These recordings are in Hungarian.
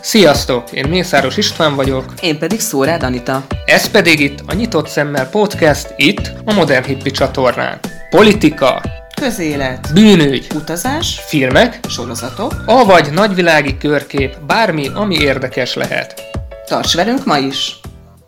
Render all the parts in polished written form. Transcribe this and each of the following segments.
Sziasztok! Én Mészáros István vagyok. Én pedig Szórád Anita. Ez pedig itt a Nyitott Szemmel Podcast, itt a Modern Hippie csatornán. Politika, közélet, bűnügy, utazás, filmek, sorozatok, avagy nagyvilági körkép, bármi, ami érdekes lehet. Tarts velünk ma is!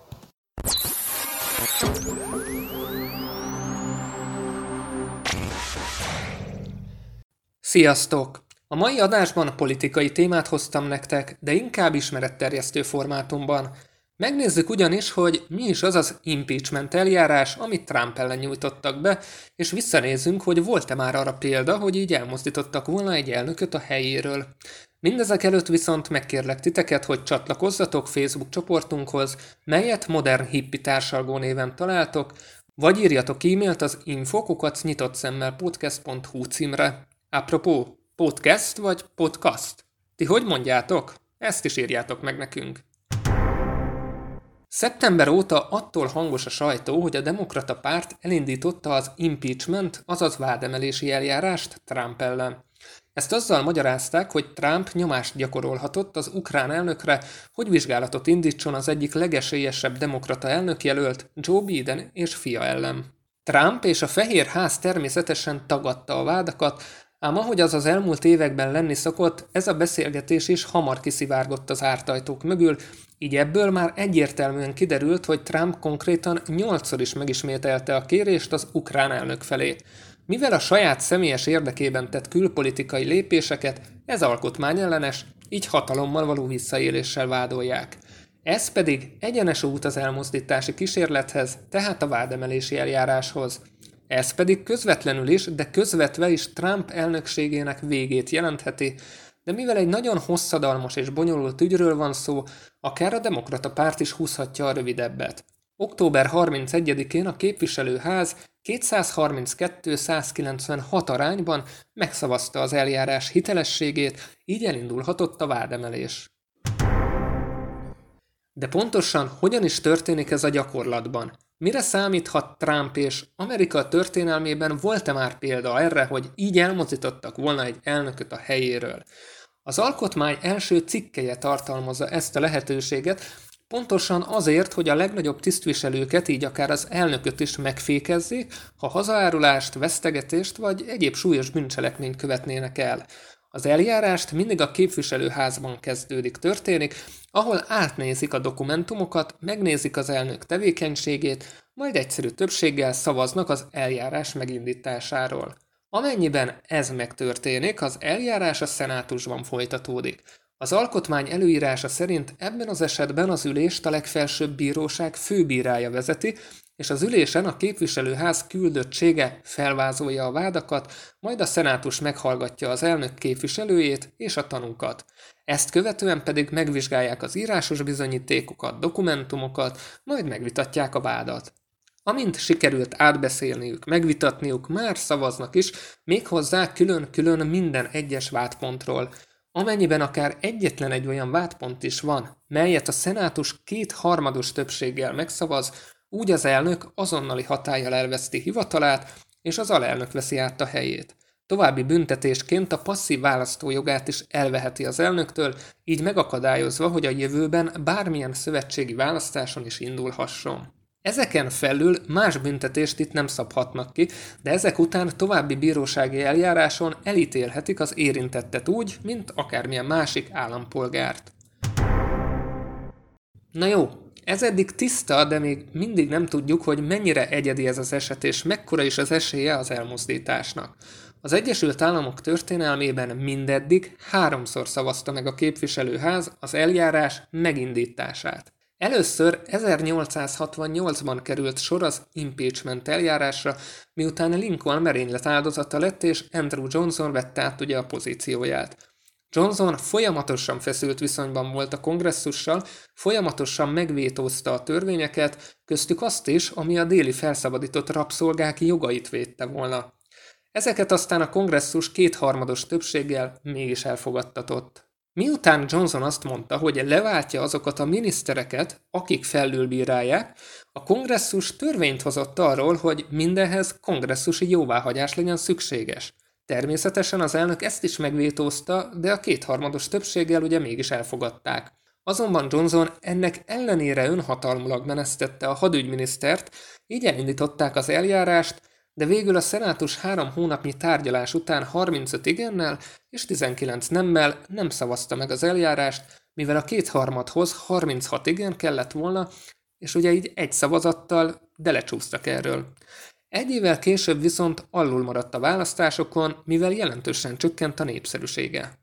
Sziasztok! A mai adásban politikai témát hoztam nektek, de inkább ismeretterjesztő formátumban. Megnézzük ugyanis, hogy mi is az az impeachment eljárás, amit Trump ellen nyújtottak be, és visszanézzünk, hogy volt-e már arra példa, hogy így elmozdítottak volna egy elnököt a helyéről. Mindezek előtt viszont megkérlek titeket, hogy csatlakozzatok Facebook csoportunkhoz, melyet Modern Hippie társalgó néven találtok, vagy írjatok e-mailt az info@nyitottszemmel.podcast.hu címre. Apropó, podcast vagy podcast? Ti hogy mondjátok? Ezt is írjátok meg nekünk. Szeptember óta attól hangos a sajtó, hogy a demokrata párt elindította az impeachment, azaz vádemelési eljárást Trump ellen. Ezt azzal magyarázták, hogy Trump nyomást gyakorolhatott az ukrán elnökre, hogy vizsgálatot indítson az egyik legesélyesebb demokrata elnökjelölt, Joe Biden és fia ellen. Trump és a Fehér Ház természetesen tagadta a vádakat, ám ahogy az elmúlt években lenni szokott, ez a beszélgetés is hamar kiszivárgott az ártajtók mögül, így ebből már egyértelműen kiderült, hogy Trump konkrétan 8-szor is megismételte a kérést az ukrán elnök felé. Mivel a saját személyes érdekében tett külpolitikai lépéseket, ez alkotmányellenes, így hatalommal való visszaéléssel vádolják. Ez pedig egyenes út az elmozdítási kísérlethez, tehát a vádemelési eljáráshoz. Ez pedig közvetlenül is, de közvetve is Trump elnökségének végét jelentheti, de mivel egy nagyon hosszadalmas és bonyolult ügyről van szó, akár a demokrata párt is húzhatja a rövidebbet. Október 31-én a képviselőház 232-196 arányban megszavazta az eljárás hitelességét, így elindulhatott a vádemelés. De pontosan hogyan is történik ez a gyakorlatban? Mire számíthat Trump, és Amerika történelmében volt-e már példa erre, hogy így elmozdítottak volna egy elnököt a helyéről? Az alkotmány első cikkelye tartalmazza ezt a lehetőséget, pontosan azért, hogy a legnagyobb tisztviselőket, így akár az elnököt is megfékezzék, ha hazaárulást, vesztegetést vagy egyéb súlyos bűncselekményt követnének el. Az eljárást mindig a képviselőházban történik, ahol átnézik a dokumentumokat, megnézik az elnök tevékenységét, majd egyszerű többséggel szavaznak az eljárás megindításáról. Amennyiben ez megtörténik, az eljárás a szenátusban folytatódik. Az alkotmány előírása szerint ebben az esetben az ülést a legfelsőbb bíróság főbírája vezeti, és az ülésen a képviselőház küldöttsége felvázolja a vádakat, majd a szenátus meghallgatja az elnök képviselőjét és a tanúkat. Ezt követően pedig megvizsgálják az írásos bizonyítékokat, dokumentumokat, majd megvitatják a vádat. Amint sikerült átbeszélniük, megvitatniuk, már szavaznak is, méghozzá külön-külön minden egyes vádpontról. Amennyiben akár egyetlen egy olyan vádpont is van, melyet a szenátus 2/3 többséggel megszavaz, úgy az elnök azonnali hatállyal elveszti hivatalát, és az alelnök veszi át a helyét. További büntetésként a passzív választójogát is elveheti az elnöktől, így megakadályozva, hogy a jövőben bármilyen szövetségi választáson is indulhasson. Ezeken felül más büntetést itt nem szabhatnak ki, de ezek után további bírósági eljáráson elítélhetik az érintettet úgy, mint akármilyen másik állampolgárt. Na jó, ez eddig tiszta, de még mindig nem tudjuk, hogy mennyire egyedi ez az eset, és mekkora is az esélye az elmozdításnak. Az Egyesült Államok történelmében mindeddig 3-szor szavazta meg a képviselőház az eljárás megindítását. Először 1868-ban került sor az impeachment eljárásra, miután Lincoln merénylet áldozata lett, és Andrew Johnson vette át a pozícióját. Johnson folyamatosan feszült viszonyban volt a kongresszussal, folyamatosan megvétózta a törvényeket, köztük azt is, ami a déli felszabadított rabszolgák jogait védte volna. Ezeket aztán a kongresszus 2/3 többséggel mégis elfogadtatott. Miután Johnson azt mondta, hogy leváltja azokat a minisztereket, akik felülbírálják, a kongresszus törvényt hozott arról, hogy mindenhez kongresszusi jóváhagyás legyen szükséges. Természetesen az elnök ezt is megvétózta, de a kétharmados többséggel ugye mégis elfogadták. Azonban Johnson ennek ellenére önhatalmulag menesztette a hadügyminisztert, így elindították az eljárást, de végül a szenátus 3 hónapnyi tárgyalás után 35 igennel és 19 nemmel nem szavazta meg az eljárást, mivel a kétharmadhoz 36 igen kellett volna, és ugye így egy szavazattal lecsúsztak erről. Egy évvel később viszont alul maradt a választásokon, mivel jelentősen csökkent a népszerűsége.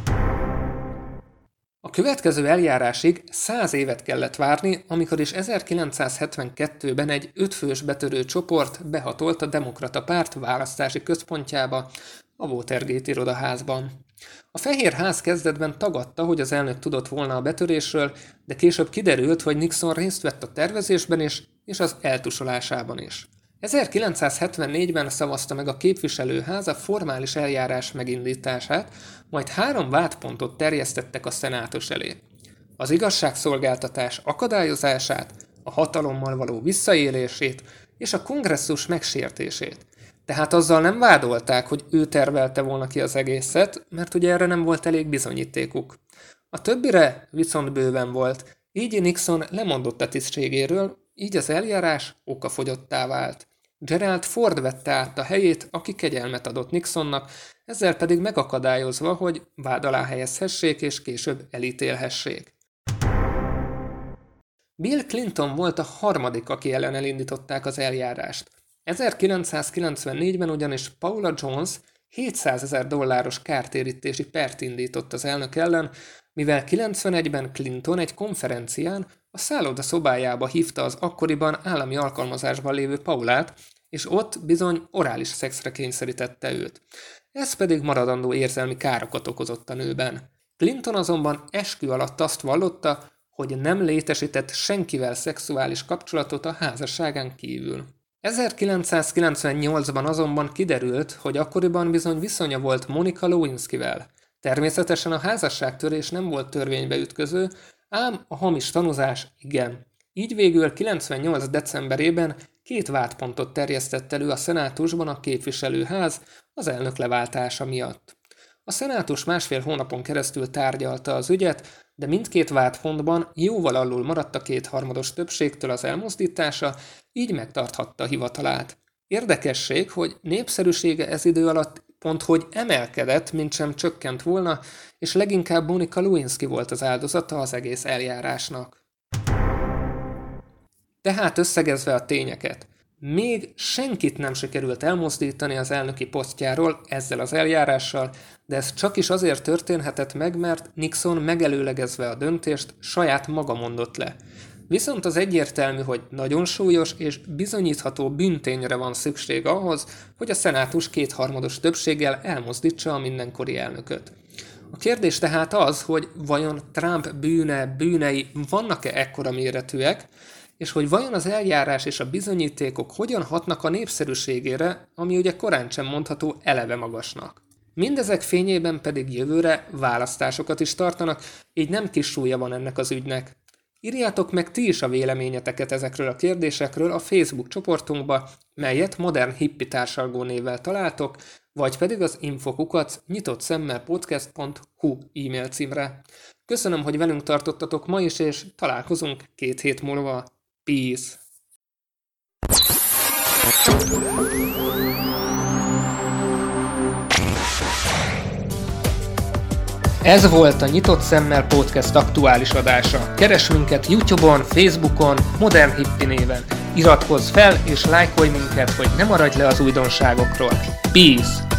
A következő eljárásig 100 évet kellett várni, amikor is 1972-ben egy 5 fős betörő csoport behatolt a Demokrata Párt választási központjába, a Watergate irodaházban. A Fehér Ház kezdetben tagadta, hogy az elnök tudott volna a betörésről, de később kiderült, hogy Nixon részt vett a tervezésben is, és az eltusolásában is. 1974-ben szavazta meg a képviselőház a formális eljárás megindítását, majd 3 vádpontot terjesztettek a szenátus elé. Az igazságszolgáltatás akadályozását, a hatalommal való visszaélését és a kongresszus megsértését. Tehát azzal nem vádolták, hogy ő tervelte volna ki az egészet, mert ugye erre nem volt elég bizonyítékuk. A többire viszont bőven volt, így Nixon lemondott a tisztségéről, így az eljárás okafogyottá vált. Gerald Ford vette át a helyét, aki kegyelmet adott Nixonnak, ezzel pedig megakadályozva, hogy vád alá helyezhessék és később elítélhessék. Bill Clinton volt a harmadik, aki ellen elindították az eljárást. 1994-ben ugyanis Paula Jones $700 000 kártérítési pert indított az elnök ellen, mivel 91-ben Clinton egy konferencián a szálloda szobájába hívta az akkoriban állami alkalmazásban lévő Paulát, és ott bizony orális szexre kényszerítette őt. Ez pedig maradandó érzelmi károkat okozott a nőben. Clinton azonban eskü alatt azt vallotta, hogy nem létesített senkivel szexuális kapcsolatot a házasságán kívül. 1998-ban azonban kiderült, hogy akkoriban bizony viszonya volt Monica Lewinskyvel. Természetesen a házasságtörés nem volt törvénybe ütköző, ám a hamis tanúzás igen. Így végül 98. decemberében 2 vádpontot terjesztett elő a szenátusban a képviselőház az elnök leváltása miatt. A szenátus 1,5 hónapon keresztül tárgyalta az ügyet, de mindkét vádpontban jóval alul maradt a kétharmados többségtől az elmozdítása, így megtarthatta hivatalát. Érdekesség, hogy népszerűsége ez idő alatt ponthogy emelkedett, mintsem csökkent volna, és leginkább Monica Lewinsky volt az áldozata az egész eljárásnak. Tehát összegezve a tényeket, még senkit nem sikerült elmozdítani az elnöki posztjáról ezzel az eljárással, de ez csak is azért történhetett meg, mert Nixon megelőlegezve a döntést saját maga mondott le. Viszont az egyértelmű, hogy nagyon súlyos és bizonyítható bűntényre van szükség ahhoz, hogy a szenátus kétharmados többséggel elmozdítsa a mindenkori elnököt. A kérdés tehát az, hogy vajon Trump bűnei vannak-e ekkora méretűek, és hogy vajon az eljárás és a bizonyítékok hogyan hatnak a népszerűségére, ami ugye korán sem mondható eleve magasnak. Mindezek fényében pedig jövőre választásokat is tartanak, így nem kis súlya van ennek az ügynek. Írjátok meg ti is a véleményeteket ezekről a kérdésekről a Facebook csoportunkba, melyet Modern Hippie társalgó névvel találtok, vagy pedig az info@nyitottszemmel.podcast.hu e-mail címre. Köszönöm, hogy velünk tartottatok ma is, és találkozunk 2 hét múlva. Peace! Ez volt a Nyitott Szemmel Podcast aktuális adása. Keresd minket YouTube-on, Facebookon, Modern Hippie néven. Iratkozz fel és lájkolj minket, hogy ne maradj le az újdonságokról. Peace!